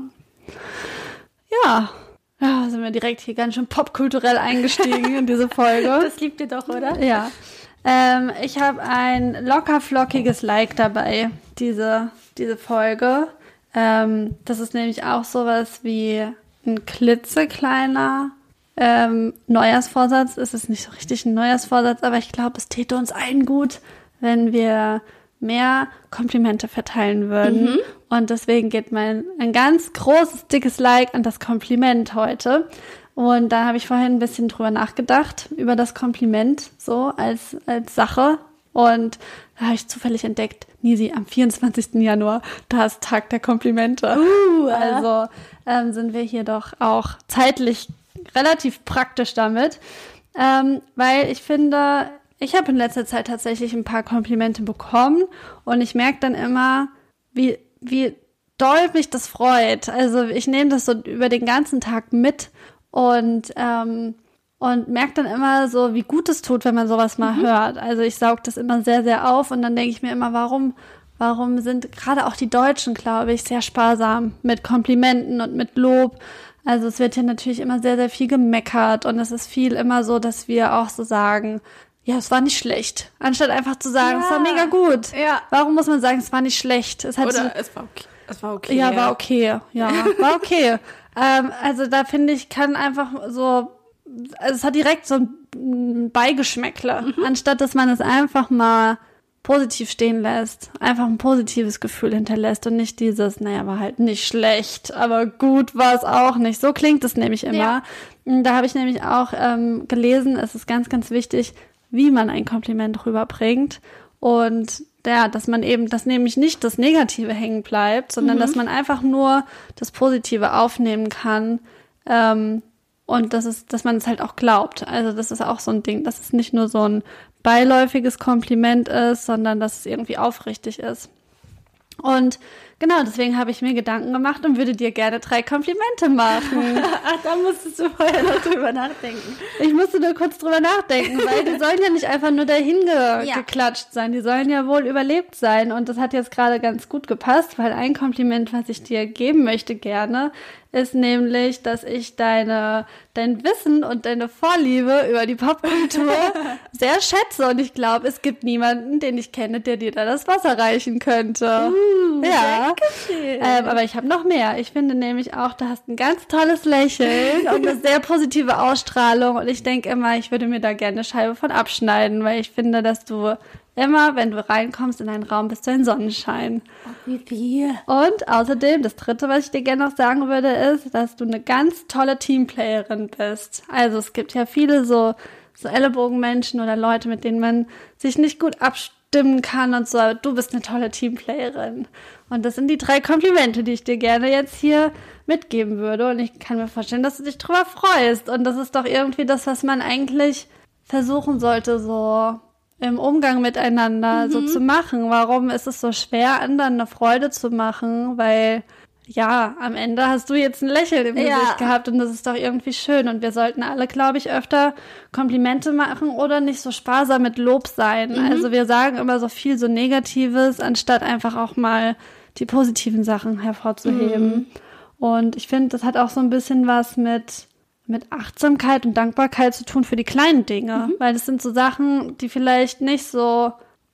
Ja. Ja, sind wir direkt hier ganz schön popkulturell eingestiegen in diese Folge. Das liebt ihr doch, oder? Ja. Ähm, ich habe ein locker flockiges Like dabei, diese, diese Folge. Ähm, das ist nämlich auch sowas wie ein klitzekleiner ähm, Neujahrsvorsatz. Es ist nicht so richtig ein Neujahrsvorsatz, aber ich glaube, es täte uns allen gut, wenn wir mehr Komplimente verteilen würden. Mhm. Und deswegen geht mein ein ganz großes, dickes Like an das Kompliment heute. Und da habe ich vorhin ein bisschen drüber nachgedacht, über das Kompliment so als als Sache. Und da habe ich zufällig entdeckt, Nisi, am vierundzwanzigsten Januar, da ist Tag der Komplimente. Uh, also ähm, sind wir hier doch auch zeitlich relativ praktisch damit. Ähm, weil ich finde... Ich habe in letzter Zeit tatsächlich ein paar Komplimente bekommen und ich merke dann immer, wie, wie doll mich das freut. Also ich nehme das so über den ganzen Tag mit und, ähm, und merke dann immer so, wie gut es tut, wenn man sowas mal mhm. hört. Also ich saug das immer sehr, sehr auf und dann denke ich mir immer, warum, warum sind gerade auch die Deutschen, glaube ich, sehr sparsam mit Komplimenten und mit Lob. Also es wird hier natürlich immer sehr, sehr viel gemeckert und es ist viel immer so, dass wir auch so sagen, ja, es war nicht schlecht. Anstatt einfach zu sagen, ja. es war mega gut. Ja. Warum muss man sagen, es war nicht schlecht? Es hat Oder so, es war okay. Es war okay. Ja, war okay. Ja, war okay. ähm, also da finde ich, kann einfach so, also es hat direkt so ein Beigeschmäckler. Mhm. Anstatt, dass man es einfach mal positiv stehen lässt. Einfach ein positives Gefühl hinterlässt und nicht dieses, naja, war halt nicht schlecht, aber gut war es auch nicht. So klingt es nämlich immer. Ja. Da habe ich nämlich auch ähm, gelesen, es ist ganz, ganz wichtig, wie man ein Kompliment rüberbringt und ja, dass man eben, dass nämlich nicht das Negative hängen bleibt, sondern mhm. dass man einfach nur das Positive aufnehmen kann ähm, und dass es, dass man es halt auch glaubt. Also das ist auch so ein Ding, dass es nicht nur so ein beiläufiges Kompliment ist, sondern dass es irgendwie aufrichtig ist. Und Genau, deswegen habe ich mir Gedanken gemacht und würde dir gerne drei Komplimente machen. Ach, da musstest du vorher noch drüber nachdenken. Ich musste nur kurz drüber nachdenken, weil die sollen ja nicht einfach nur dahin ge- Ja. geklatscht sein, die sollen ja wohl überlebt sein. Und das hat jetzt gerade ganz gut gepasst, weil ein Kompliment, was ich dir geben möchte gerne, ist nämlich, dass ich deine, dein Wissen und deine Vorliebe über die Popkultur sehr schätze. Und ich glaube, es gibt niemanden, den ich kenne, der dir da das Wasser reichen könnte. Uh, ja. Dankeschön. Ähm, aber ich habe noch mehr. Ich finde nämlich auch, du hast ein ganz tolles Lächeln und eine sehr positive Ausstrahlung. Und ich denke immer, ich würde mir da gerne eine Scheibe von abschneiden, weil ich finde, dass du immer, wenn du reinkommst in einen Raum, bist du ein Sonnenschein. Wie viel? Und außerdem, das Dritte, was ich dir gerne noch sagen würde, ist, dass du eine ganz tolle Teamplayerin bist. Also es gibt ja viele so, so Ellenbogenmenschen oder Leute, mit denen man sich nicht gut abstimmen kann und so. Aber du bist eine tolle Teamplayerin. Und das sind die drei Komplimente, die ich dir gerne jetzt hier mitgeben würde. Und ich kann mir vorstellen, dass du dich drüber freust. Und das ist doch irgendwie das, was man eigentlich versuchen sollte, so im Umgang miteinander mhm. so zu machen. Warum ist es so schwer, anderen eine Freude zu machen? Weil, ja, am Ende hast du jetzt ein Lächeln im Ja. Gesicht gehabt und das ist doch irgendwie schön. Und wir sollten alle, glaube ich, öfter Komplimente machen oder nicht so sparsam mit Lob sein. Mhm. Also wir sagen immer so viel so Negatives, anstatt einfach auch mal die positiven Sachen hervorzuheben. Mhm. Und ich finde, das hat auch so ein bisschen was mit mit Achtsamkeit und Dankbarkeit zu tun für die kleinen Dinge, mhm. weil das sind so Sachen, die vielleicht nicht so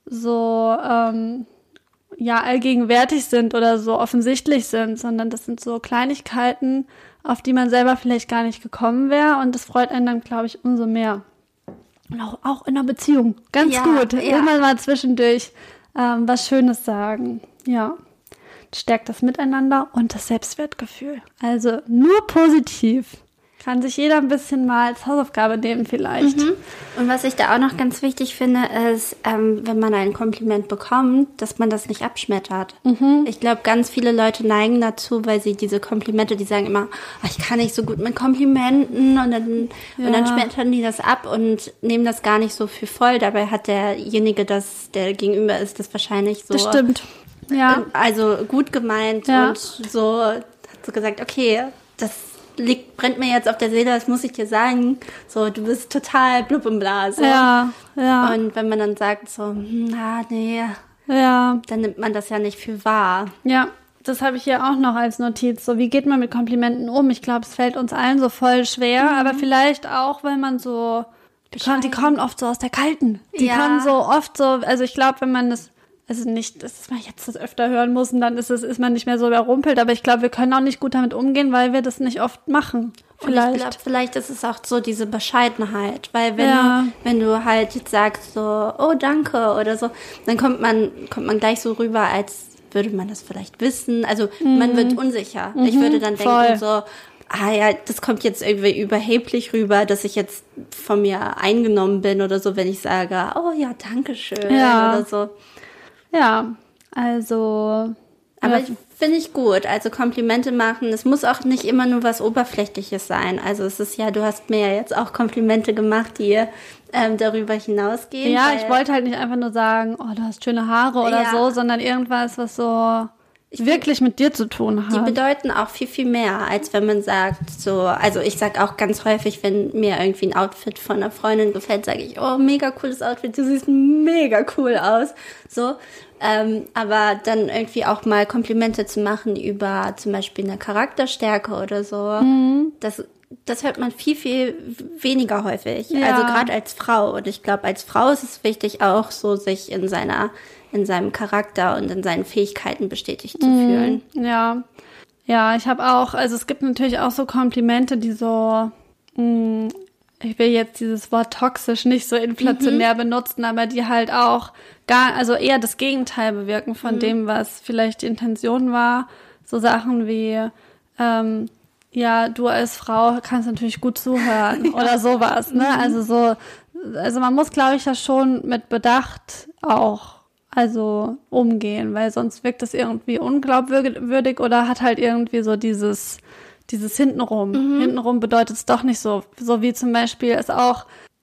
so ähm, ja allgegenwärtig sind oder so offensichtlich sind, sondern das sind so Kleinigkeiten, auf die man selber vielleicht gar nicht gekommen wäre und das freut einen dann, glaube ich, umso mehr. Und auch, auch in einer Beziehung, ganz ja, gut, ja. immer mal zwischendurch ähm, was Schönes sagen, ja. Stärkt das Miteinander und das Selbstwertgefühl. Also nur positiv. Kann sich jeder ein bisschen mal als Hausaufgabe nehmen vielleicht. Mhm. Und was ich da auch noch ganz wichtig finde, ist, ähm, wenn man ein Kompliment bekommt, dass man das nicht abschmettert. Mhm. Ich glaube, ganz viele Leute neigen dazu, weil sie diese Komplimente, die sagen immer, oh, ich kann nicht so gut mit Komplimenten und dann, ja. und dann schmettern die das ab und nehmen das gar nicht so für voll. Dabei hat derjenige, das der gegenüber ist, das wahrscheinlich so... Das stimmt. Ja. Also gut gemeint ja. und so hat so gesagt, okay, das liegt, brennt mir jetzt auf der Seele, das muss ich dir sagen. So, du bist total blub und bla. So. Ja, ja. Und wenn man dann sagt so, na, nee, ja. dann nimmt man das ja nicht für wahr. Ja, das habe ich hier auch noch als Notiz. So, wie geht man mit Komplimenten um? Ich glaube, es fällt uns allen so voll schwer, mhm. aber vielleicht auch, weil man so, die kommen, die kommen oft so aus der Kalten. Die ja. kommen so oft so, also ich glaube, wenn man das Also nicht, dass man jetzt das öfter hören muss und dann ist es, ist man nicht mehr so überrumpelt, aber ich glaube, wir können auch nicht gut damit umgehen, weil wir das nicht oft machen. Vielleicht. Und ich glaube, vielleicht ist es auch so diese Bescheidenheit, weil wenn ja. du, wenn du halt jetzt sagst so, oh danke oder so, dann kommt man, kommt man gleich so rüber, als würde man das vielleicht wissen. Also mhm. man wird unsicher. Mhm, ich würde dann denken voll. so, ah ja, das kommt jetzt irgendwie überheblich rüber, dass ich jetzt von mir eingenommen bin oder so, wenn ich sage, oh ja, danke schön ja. oder so. Ja, also... Aber ja. finde ich gut, also Komplimente machen, es muss auch nicht immer nur was Oberflächliches sein. Also es ist ja, du hast mir ja jetzt auch Komplimente gemacht, die ähm, darüber hinausgehen. Ja, ich wollte halt nicht einfach nur sagen, oh, du hast schöne Haare oder ja. so, sondern irgendwas, was so ich wirklich mit dir zu tun hat. Die bedeuten auch viel, viel mehr, als wenn man sagt so, also ich sag auch ganz häufig, wenn mir irgendwie ein Outfit von einer Freundin gefällt, sage ich, oh, mega cooles Outfit, du siehst mega cool aus, so. Ähm, aber dann irgendwie auch mal Komplimente zu machen über zum Beispiel eine Charakterstärke oder so, mhm. das, das hört man viel, viel weniger häufig. Ja. Also gerade als Frau. Und ich glaube, als Frau ist es wichtig auch so, sich in seiner, in seinem Charakter und in seinen Fähigkeiten bestätigt zu mhm. fühlen. Ja, ja, ich habe auch, also es gibt natürlich auch so Komplimente, die so, mh, ich will jetzt dieses Wort toxisch nicht so inflationär mhm. benutzen, aber die halt auch gar, also eher das Gegenteil bewirken von mhm. dem, was vielleicht die Intention war. So Sachen wie, ähm, ja, du als Frau kannst natürlich gut zuhören ja. oder sowas, ne? Mhm. Also so, also man muss, glaube ich, ja schon mit Bedacht auch, also umgehen, weil sonst wirkt das irgendwie unglaubwürdig oder hat halt irgendwie so dieses Dieses Hintenrum. Mhm. Hintenrum bedeutet es doch nicht so. So wie zum Beispiel es auch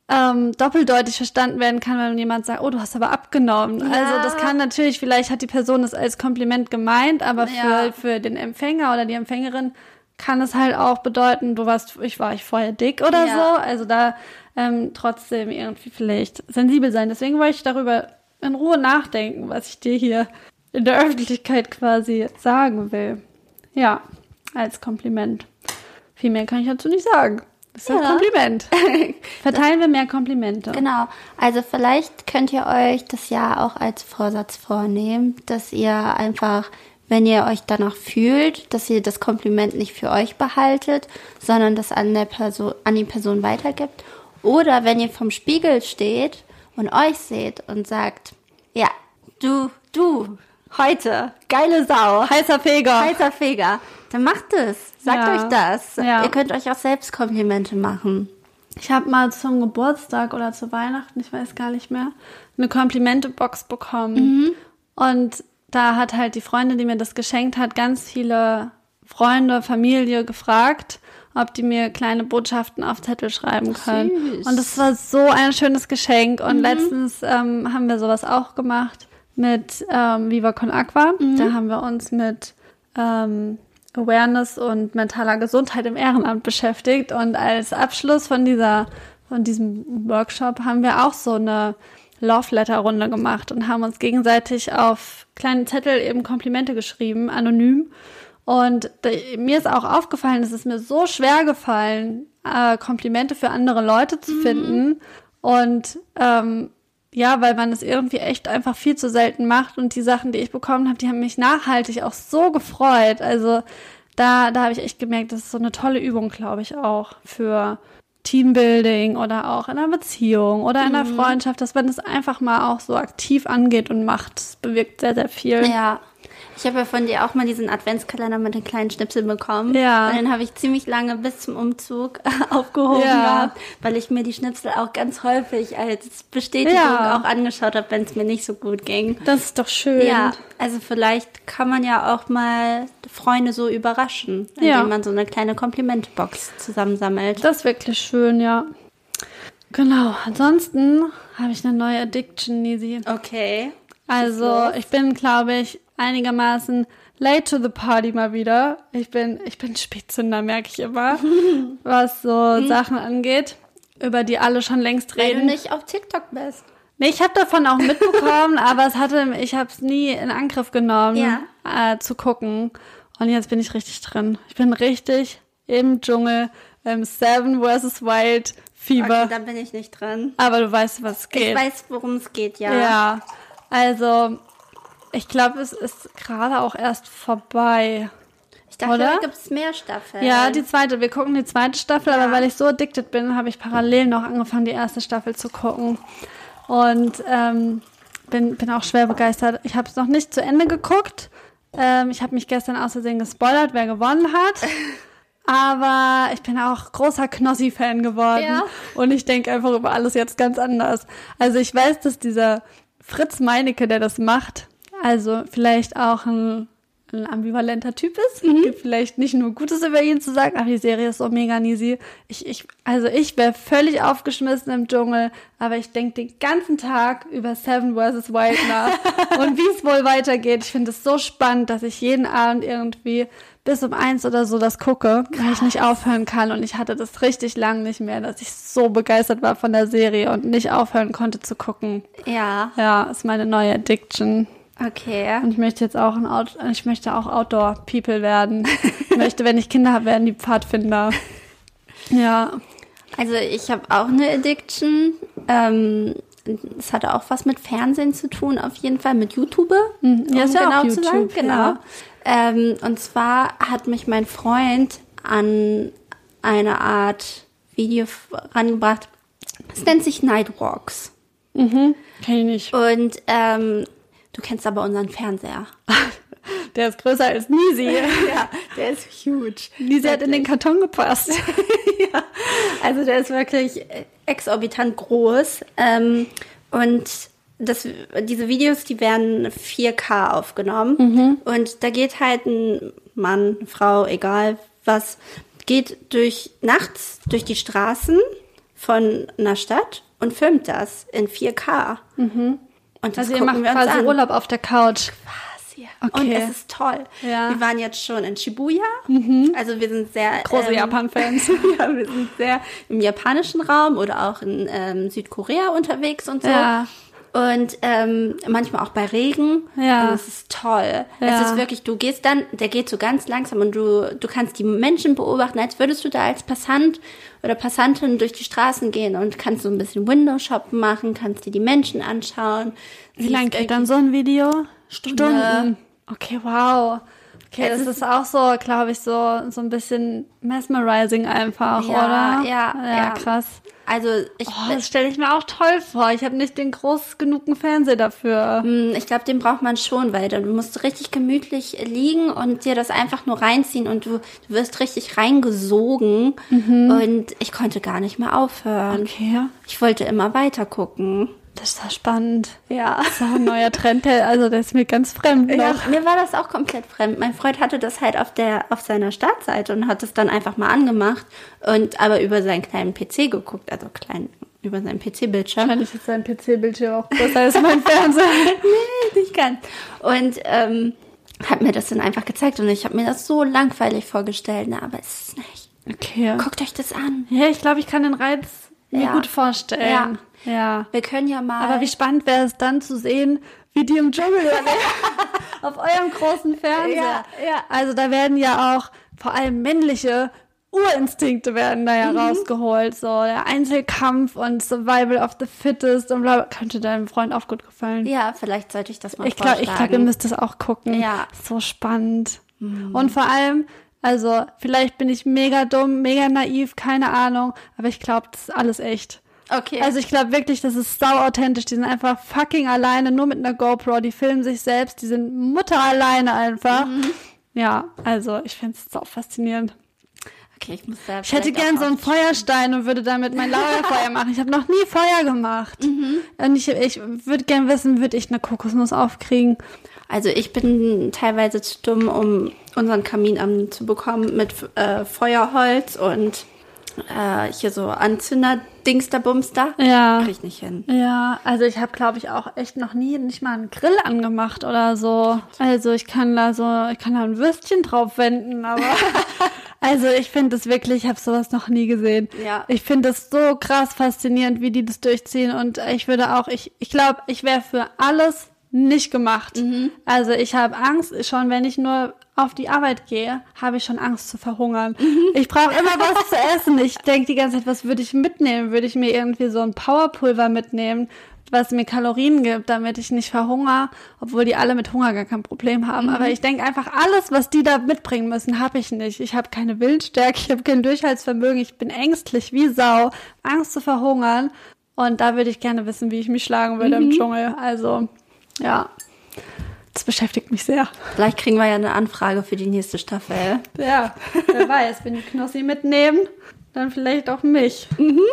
ähm, doppeldeutig verstanden werden kann, wenn jemand sagt, oh, du hast aber abgenommen. Ja. Also das kann natürlich, vielleicht hat die Person das als Kompliment gemeint, aber Ja. für, für den Empfänger oder die Empfängerin kann es halt auch bedeuten, du warst, ich war ich vorher dick oder Ja. so. Also da ähm, trotzdem irgendwie vielleicht sensibel sein. Deswegen wollte ich darüber in Ruhe nachdenken, was ich dir hier in der Öffentlichkeit quasi sagen will. Ja, als Kompliment. Viel mehr kann ich dazu nicht sagen. Das ist ein Ja. Kompliment. Verteilen wir mehr Komplimente. Genau, also vielleicht könnt ihr euch das ja auch als Vorsatz vornehmen, dass ihr einfach, wenn ihr euch danach fühlt, dass ihr das Kompliment nicht für euch behaltet, sondern das an der Person, an die Person weitergibt. Oder wenn ihr vorm Spiegel steht und euch seht und sagt, ja, du, du, heute, geile Sau, Heißer Feger. heißer Feger, dann macht es. Sagt Ja. euch das. Ja. Ihr könnt euch auch selbst Komplimente machen. Ich habe mal zum Geburtstag oder zu Weihnachten, ich weiß gar nicht mehr, eine Komplimente-Box bekommen. Und da hat halt die Freundin, die mir das geschenkt hat, ganz viele Freunde, Familie gefragt, ob die mir kleine Botschaften auf Zettel schreiben können. Süß. Und das war so ein schönes Geschenk. Und letztens ähm, haben wir sowas auch gemacht mit ähm, Viva Con Aqua. Da haben wir uns mit ähm, Awareness und mentaler Gesundheit im Ehrenamt beschäftigt. Und als Abschluss von dieser, von diesem Workshop haben wir auch so eine Love-Letter-Runde gemacht und haben uns gegenseitig auf kleine Zettel eben Komplimente geschrieben, anonym. Und da, mir ist auch aufgefallen, es ist mir so schwer gefallen, äh, Komplimente für andere Leute zu finden. Und ähm, ja, weil man es irgendwie echt einfach viel zu selten macht. Und die Sachen, die ich bekommen habe, die haben mich nachhaltig auch so gefreut. Also da, da habe ich echt gemerkt, das ist so eine tolle Übung, glaube ich, auch für Teambuilding oder auch in einer Beziehung oder in einer Freundschaft, dass man das einfach mal auch so aktiv angeht und macht. Das bewirkt sehr, sehr viel. Ja. Ich habe ja von dir auch mal diesen Adventskalender mit den kleinen Schnipseln bekommen. Ja. Und den habe ich ziemlich lange bis zum Umzug aufgehoben Ja. gehabt, weil ich mir die Schnipsel auch ganz häufig als Bestätigung Ja. auch angeschaut habe, wenn es mir nicht so gut ging. Das ist doch schön. Ja, also vielleicht kann man ja auch mal Freunde so überraschen, indem Ja. man so eine kleine Komplimentbox zusammensammelt. Das ist wirklich schön, ja. Genau. Ansonsten habe ich eine neue Addiction, Nisi. Okay. Also los. ich bin, glaube ich, einigermaßen late to the party mal wieder. Ich bin, ich bin Spätzünder, merke ich immer, was so Sachen angeht, über die alle schon längst Weil du reden. nicht auf TikTok bist. Nee, ich habe davon auch mitbekommen, aber es hatte, ich habe es nie in Angriff genommen, Ja. äh, zu gucken. Und jetzt bin ich richtig drin. Ich bin richtig im Dschungel, im Seven versus Wild Fieber. Okay, da bin ich nicht dran. Aber du weißt, was es geht. Ich weiß, worum es geht, ja. Ja, also ich glaube, es ist gerade auch erst vorbei. Ich dachte, Oder? da gibt es mehr Staffeln. Ja, die zweite. Wir gucken die zweite Staffel, Ja. aber weil ich so addicted bin, habe ich parallel noch angefangen, die erste Staffel zu gucken. Und ähm, bin, bin auch schwer begeistert. Ich habe es noch nicht zu Ende geguckt. Ähm, ich habe mich gestern aus Versehen gespoilert, wer gewonnen hat. Aber ich bin auch großer Knossi-Fan geworden. Ja. Und ich denke einfach über alles jetzt ganz anders. Also ich weiß, dass dieser Fritz Meinecke, der das macht, also vielleicht auch ein, ein ambivalenter Typ ist. Mhm. Gibt vielleicht nicht nur Gutes über ihn zu sagen, aber die Serie ist so mega easy. Ich, ich, also ich wäre völlig aufgeschmissen im Dschungel, aber ich denke den ganzen Tag über Seven versus Wild nach und wie es wohl weitergeht. Ich finde es so spannend, dass ich jeden Abend irgendwie bis um eins oder so das gucke, weil ich nicht aufhören kann. Und ich hatte das richtig lang nicht mehr, dass ich so begeistert war von der Serie und nicht aufhören konnte zu gucken. Ja, Ja, ist meine neue Addiction. okay. Und ich möchte jetzt auch ein Out ich möchte auch Outdoor-People werden. Ich möchte, wenn ich Kinder habe, werden die Pfadfinder. Ja. Also ich habe auch eine Addiction. Ähm, es hatte auch was mit Fernsehen zu tun, auf jeden Fall mit YouTube. Mhm. Ja, ist ja auch zu sagen. YouTube, Genau. ja. Ähm, und zwar hat mich mein Freund an eine Art Video rangebracht. Es nennt sich Nightwalks. Mhm. Kenn ich nicht. Und ähm, du kennst aber unseren Fernseher. Der ist größer als Nisi. Ja, der ist huge. Nisi hat in den Karton gepasst. Ja, also der ist wirklich exorbitant groß. Ähm, und das, diese Videos, die werden vier K aufgenommen. Mhm. Und da geht halt ein Mann, eine Frau, egal was, geht durch nachts durch die Straßen von einer Stadt und filmt das in vier K. Mhm. Und das Also ihr gucken macht wir uns quasi an. Urlaub auf der Couch. Quasi. Okay. Und es ist toll. Ja. Wir waren jetzt schon in Shibuya. Also wir sind sehr... Große ähm, Japan-Fans. ja, wir sind sehr im japanischen Raum oder auch in ähm, Südkorea unterwegs und so. Ja. Und ähm, manchmal auch bei Regen. Ja. Und es ist toll. Ja. Es ist wirklich, du gehst dann, der geht so ganz langsam und du, du kannst die Menschen beobachten, als würdest du da als Passant oder Passantin durch die Straßen gehen und kannst so ein bisschen Window-Shoppen machen, kannst dir die Menschen anschauen. Wie lange geht dann so ein Video? Stunde. Stunden. Okay, wow. Okay, Es das ist- ist auch so, glaube ich, so, so ein bisschen mesmerizing einfach, Ja, oder? ja, ja. ja. Krass. Also ich, Oh, das stelle ich mir auch toll vor. Ich habe nicht den groß genugen Fernseher dafür. Hm, ich glaube, den braucht man schon, weil du musst richtig gemütlich liegen und dir das einfach nur reinziehen und du, du wirst richtig reingesogen und ich konnte gar nicht mehr aufhören. Okay, Ich wollte immer weiter gucken. das ist ja spannend. Ja. Das ist auch ein neuer Trend, der, also der ist mir ganz fremd Ja, noch. mir war das auch komplett fremd. Mein Freund hatte das halt auf der auf seiner Startseite und hat es dann einfach mal angemacht und aber über seinen kleinen P C geguckt, also klein über seinen P C-Bildschirm. Wahrscheinlich ist sein P C-Bildschirm auch größer als mein Fernseher. Nee, nicht ganz. Und ähm, hat mir das dann einfach gezeigt und ich habe mir das so langweilig vorgestellt, na, aber es ist nicht. Okay. Guckt euch das an. Ja, ich glaube, ich kann den Reiz mir Ja. gut vorstellen. Ja. ja. Wir können ja mal. Aber wie spannend wäre es dann zu sehen, wie die im Dschungel überleben. Auf eurem großen Fernseher. Ja, ja. Also da werden ja auch vor allem männliche Urinstinkte werden da ja rausgeholt. So der Einzelkampf und Survival of the Fittest und bla, bla. Könnte deinem Freund auch gut gefallen. Ja, vielleicht sollte ich das mal Ich glaube, ich vorschlagen. glaube, ihr müsst das auch gucken. Ja. So spannend. Und vor allem, also vielleicht bin ich mega dumm, mega naiv, keine Ahnung, aber ich glaube, das ist alles echt. Okay. Also ich glaube wirklich, das ist sau authentisch. Die sind einfach fucking alleine, nur mit einer GoPro. Die filmen sich selbst, die sind Mutter alleine einfach. Ja, also ich finde es sau faszinierend. okay, ich muss da Ich hätte vielleicht gern auch so einen auf- Feuerstein und würde damit mein Lagerfeuer machen. Ich habe noch nie Feuer gemacht. Und ich, ich würde gern wissen, würde ich eine Kokosnuss aufkriegen? Also ich bin teilweise zu dumm, um unseren Kamin anzubekommen mit äh, Feuerholz und äh, hier so Anzünder-Dingster-Bumster. Ja. Krieg ich nicht hin. Ja, also ich habe, glaube ich, auch echt noch nie nicht mal einen Grill angemacht oder so. Also ich kann da so, ich kann da ein Würstchen drauf wenden, aber also ich finde das wirklich, ich habe sowas noch nie gesehen. Ja. Ich finde das so krass faszinierend, wie die das durchziehen und ich würde auch, ich ich glaube, ich wäre für alles nicht gemacht. Also ich habe Angst, schon wenn ich nur auf die Arbeit gehe, habe ich schon Angst zu verhungern. Ich brauche immer was zu essen. Ich denke die ganze Zeit, was würde ich mitnehmen? Würde ich mir irgendwie so ein Powerpulver mitnehmen, was mir Kalorien gibt, damit ich nicht verhungere, obwohl die alle mit Hunger gar kein Problem haben. Aber ich denke einfach, alles, was die da mitbringen müssen, habe ich nicht. Ich habe keine Willensstärke, ich habe kein Durchhaltsvermögen, ich bin ängstlich wie Sau, Angst zu verhungern. Und da würde ich gerne wissen, wie ich mich schlagen würde im Dschungel. Also, ja, das beschäftigt mich sehr. Vielleicht kriegen wir ja eine Anfrage für die nächste Staffel. Ja, wer weiß, wenn die Knossi mitnehmen, dann vielleicht auch mich.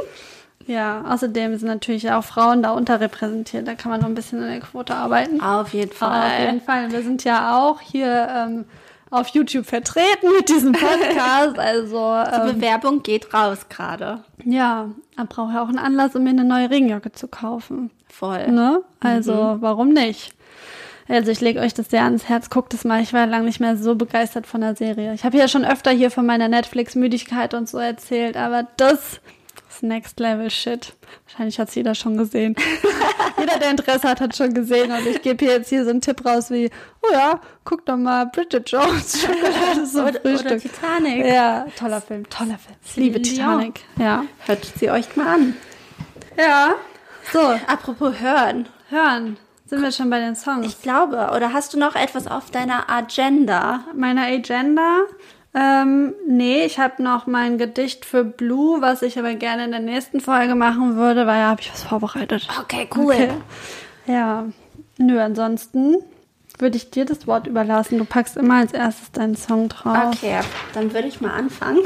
Ja, außerdem sind natürlich auch Frauen da unterrepräsentiert. Da kann man noch ein bisschen an der Quote arbeiten. Auf jeden Fall. Auf jeden Fall. Wir sind ja auch hier ähm, auf YouTube vertreten mit diesem Podcast. Also, Die ähm, Bewerbung geht raus gerade. ja, man braucht ja auch einen Anlass, um mir eine neue Regenjacke zu kaufen. Voll. Ne? Also, warum nicht? Also ich lege euch das sehr ans Herz, guckt es mal. Ich war lange nicht mehr so begeistert von der Serie. Ich habe ja schon öfter hier von meiner Netflix-Müdigkeit und so erzählt, aber das ist Next Level Shit. Wahrscheinlich hat es jeder schon gesehen. Jeder, der Interesse hat, hat schon gesehen. Und ich gebe hier jetzt hier so einen Tipp raus wie, oh ja, guck doch mal Bridget Jones. Schokolade zum Oder, oder Frühstück. Titanic. Ja, toller Film, toller Film. Ich liebe Celine Titanic. Ja. Hört sie euch mal an. Ja. So, Apropos hören. hören. Sind wir schon bei den Songs? Ich glaube, oder hast du noch etwas auf deiner Agenda? Meiner Agenda? Ähm, nee, ich habe noch mein Gedicht für Blue, was ich aber gerne in der nächsten Folge machen würde, weil da habe ich was vorbereitet. Okay, cool. Okay. Ja, nö, ansonsten würde ich dir das Wort überlassen. Du packst immer als erstes deinen Song drauf. Okay, dann würde ich mal anfangen.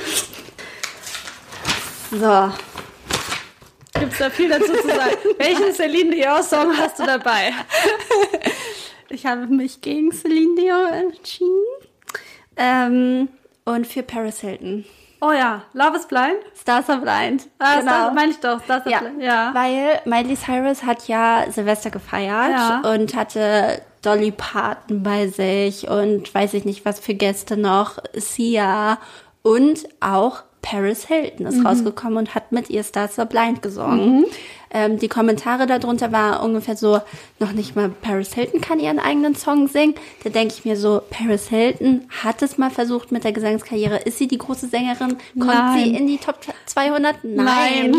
So. Gibt's da viel dazu zu sagen? Welchen Celine Dion-Song hast du dabei? Ich habe mich gegen Celine Dion entschieden. Ähm, und für Paris Hilton. Oh ja, Love is Blind? Stars Are Blind. Ah, genau. Stars, meine ich doch, Stars Are Ja. Blind. Ja. Weil Miley Cyrus hat ja Silvester gefeiert Ja. und hatte Dolly Parton bei sich und weiß ich nicht, was für Gäste noch, Sia und auch Paris Hilton ist mhm. rausgekommen und hat mit ihr Stars Are Blind gesungen. Mhm. Ähm, die Kommentare darunter war ungefähr so, noch nicht mal Paris Hilton kann ihren eigenen Song singen. Da denke ich mir so, Paris Hilton hat es mal versucht mit der Gesangskarriere. Ist sie die große Sängerin? Kommt Nein. sie in die Top zweihundert? Nein. Nein.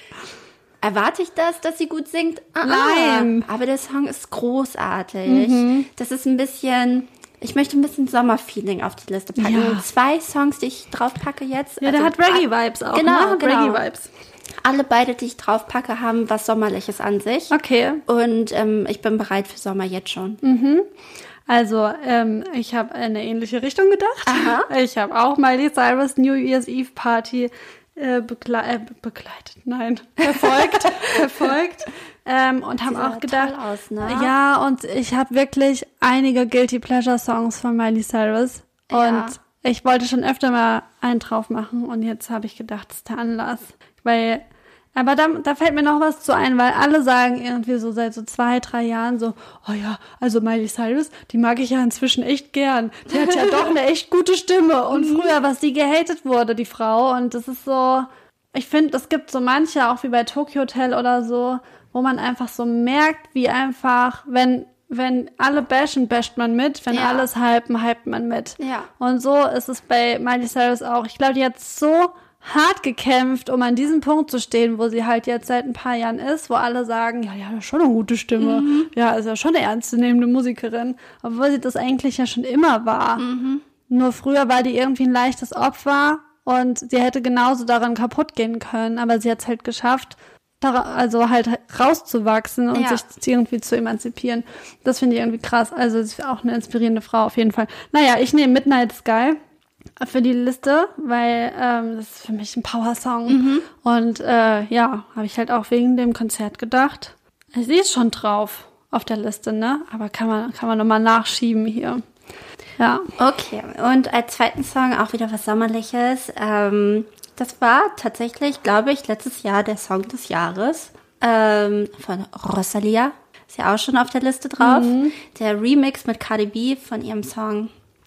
Erwarte ich das, dass sie gut singt? Ah, Nein. Aber der Song ist großartig. Mhm. Das ist ein bisschen... Ich möchte ein bisschen Sommerfeeling auf die Liste packen. Ja. Zwei Songs, die ich drauf packe jetzt. Ja, der also, hat Reggae-Vibes auch, genau, ne? genau. Reggae-Vibes. Alle beide, die ich drauf packe, haben was Sommerliches an sich. Okay. Und ähm, ich bin bereit für Sommer jetzt schon. Mhm. Also, ähm, ich habe eine ähnliche Richtung gedacht. Aha. Ich habe auch Miley Cyrus New Year's Eve Party äh, begle äh, begleitet, nein, verfolgt, verfolgt. Ähm, und haben auch gedacht, aus, ne? ja, und ich habe wirklich einige Guilty Pleasure Songs von Miley Cyrus. Ja. Und ich wollte schon öfter mal einen drauf machen und jetzt habe ich gedacht, das ist der Anlass. Weil, aber da, da fällt mir noch was zu ein, weil alle sagen irgendwie so seit so zwei, drei Jahren so, oh ja, also Miley Cyrus, die mag ich ja inzwischen echt gern. Die hat ja doch eine echt gute Stimme. Und früher, was die gehatet wurde, die Frau. Und das ist so, ich finde, es gibt so manche, auch wie bei Tokyo Hotel oder so, wo man einfach so merkt, wie einfach, wenn wenn alle bashen, basht man mit, wenn Ja. alles hypen, hypt man mit. Ja. Und so ist es bei Miley Cyrus auch. Ich glaube, die hat so hart gekämpft, um an diesem Punkt zu stehen, wo sie halt jetzt seit ein paar Jahren ist, wo alle sagen, ja, die hat ja schon eine gute Stimme. Mhm. Ja, ist ja schon eine ernstzunehmende Musikerin. Obwohl sie das eigentlich ja schon immer war. Mhm. Nur früher war die irgendwie ein leichtes Opfer und sie hätte genauso daran kaputt gehen können. Aber sie hat es halt geschafft, also halt rauszuwachsen und Ja. sich irgendwie zu emanzipieren. Das finde ich irgendwie krass. Also sie ist auch eine inspirierende Frau auf jeden Fall. Naja, ich nehme Midnight Sky für die Liste, weil ähm, das ist für mich ein Power-Song. Mhm. Und äh, ja, habe ich halt auch wegen dem Konzert gedacht. Sie ist schon drauf auf der Liste, ne? Aber kann man, kann man nochmal nachschieben hier. Ja. Okay, und als zweiten Song auch wieder was Sommerliches. Ähm, das war tatsächlich, glaube ich, letztes Jahr der Song des Jahres ähm, von Rosalia. Ist ja auch schon auf der Liste drauf. Mhm. Der Remix mit Cardi B von ihrem Song,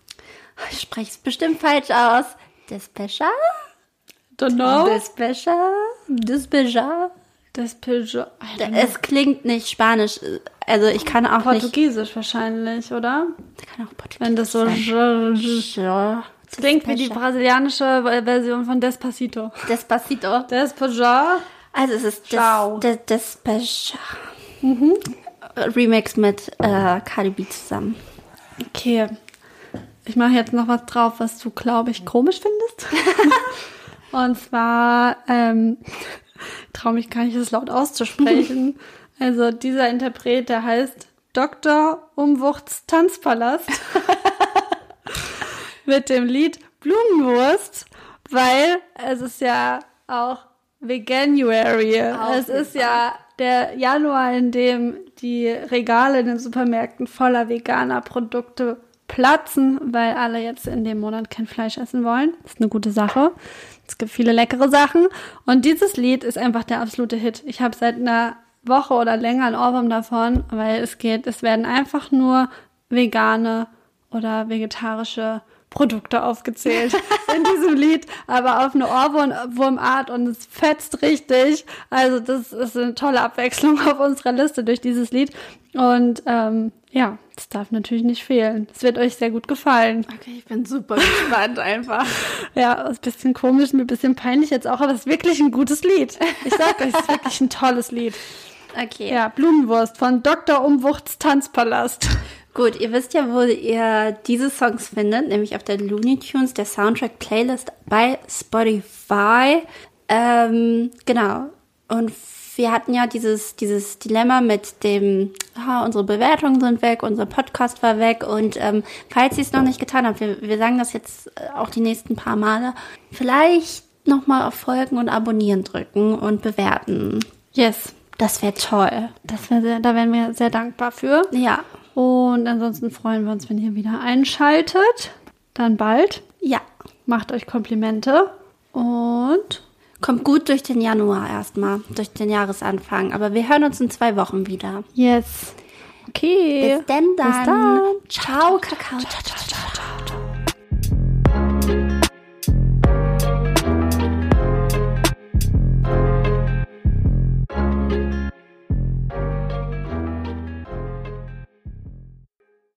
ich spreche es bestimmt falsch aus, Despecha? Don't know. Despecha? Despecha? Despecha. Es klingt nicht Spanisch. Also ich kann auch Portugiesisch nicht... wahrscheinlich, oder? Ich kann auch Portugiesisch Wenn das so... sein. Das klingt wie die brasilianische Version von Despacito. Despacito. Despecha. Also es ist Ciao. Des, Des, Despecha. Mhm. Remix mit äh, Cardi B zusammen. Okay. Ich mache jetzt noch was drauf, was du, glaube ich, komisch findest. Und zwar, ähm, traue mich gar nicht, das laut auszusprechen. Also dieser Interpret, der heißt Doktor Umwuchts Tanzpalast. Mit dem Lied Blumenwurst, weil es ist ja auch Veganuary. Es ist ja der Januar, in dem die Regale in den Supermärkten voller veganer Produkte platzen, weil alle jetzt in dem Monat kein Fleisch essen wollen. Das ist eine gute Sache. Es gibt viele leckere Sachen. Und dieses Lied ist einfach der absolute Hit. Ich habe seit einer Woche oder länger ein Ohrwurm davon, weil es geht, es werden einfach nur vegane oder vegetarische Produkte aufgezählt in diesem Lied, aber auf eine Ohrwurmart und es fetzt richtig. Also das ist eine tolle Abwechslung auf unserer Liste durch dieses Lied und ähm, ja, das darf natürlich nicht fehlen. Es wird euch sehr gut gefallen. Okay, ich bin super gespannt einfach. Ja, ist ein bisschen komisch, mir ein bisschen peinlich jetzt auch, aber es ist wirklich ein gutes Lied. Ich sag euch, es ist wirklich ein tolles Lied. Okay. Ja, Blumenwurst von Doktor Umwuchts Tanzpalast. Gut, ihr wisst ja, wo ihr diese Songs findet, nämlich auf der Looney Tunes, der Soundtrack-Playlist bei Spotify. Ähm, genau. Und wir hatten ja dieses, dieses Dilemma mit dem, ah, unsere Bewertungen sind weg, unser Podcast war weg. Und ähm, falls ihr es noch nicht getan habt, wir, wir sagen das jetzt auch die nächsten paar Male, vielleicht nochmal auf Folgen und Abonnieren drücken und bewerten. Yes. Das wäre toll. Das wär sehr, da wären wir sehr dankbar für. Ja. Und ansonsten freuen wir uns, wenn ihr wieder einschaltet. Dann bald. Ja. Macht euch Komplimente. Und kommt gut durch den Januar erstmal, durch den Jahresanfang. Aber wir hören uns in zwei Wochen wieder. Yes. Okay. Bis denn dann. Bis dann. Ciao, Kakao. Ciao, ciao, ciao.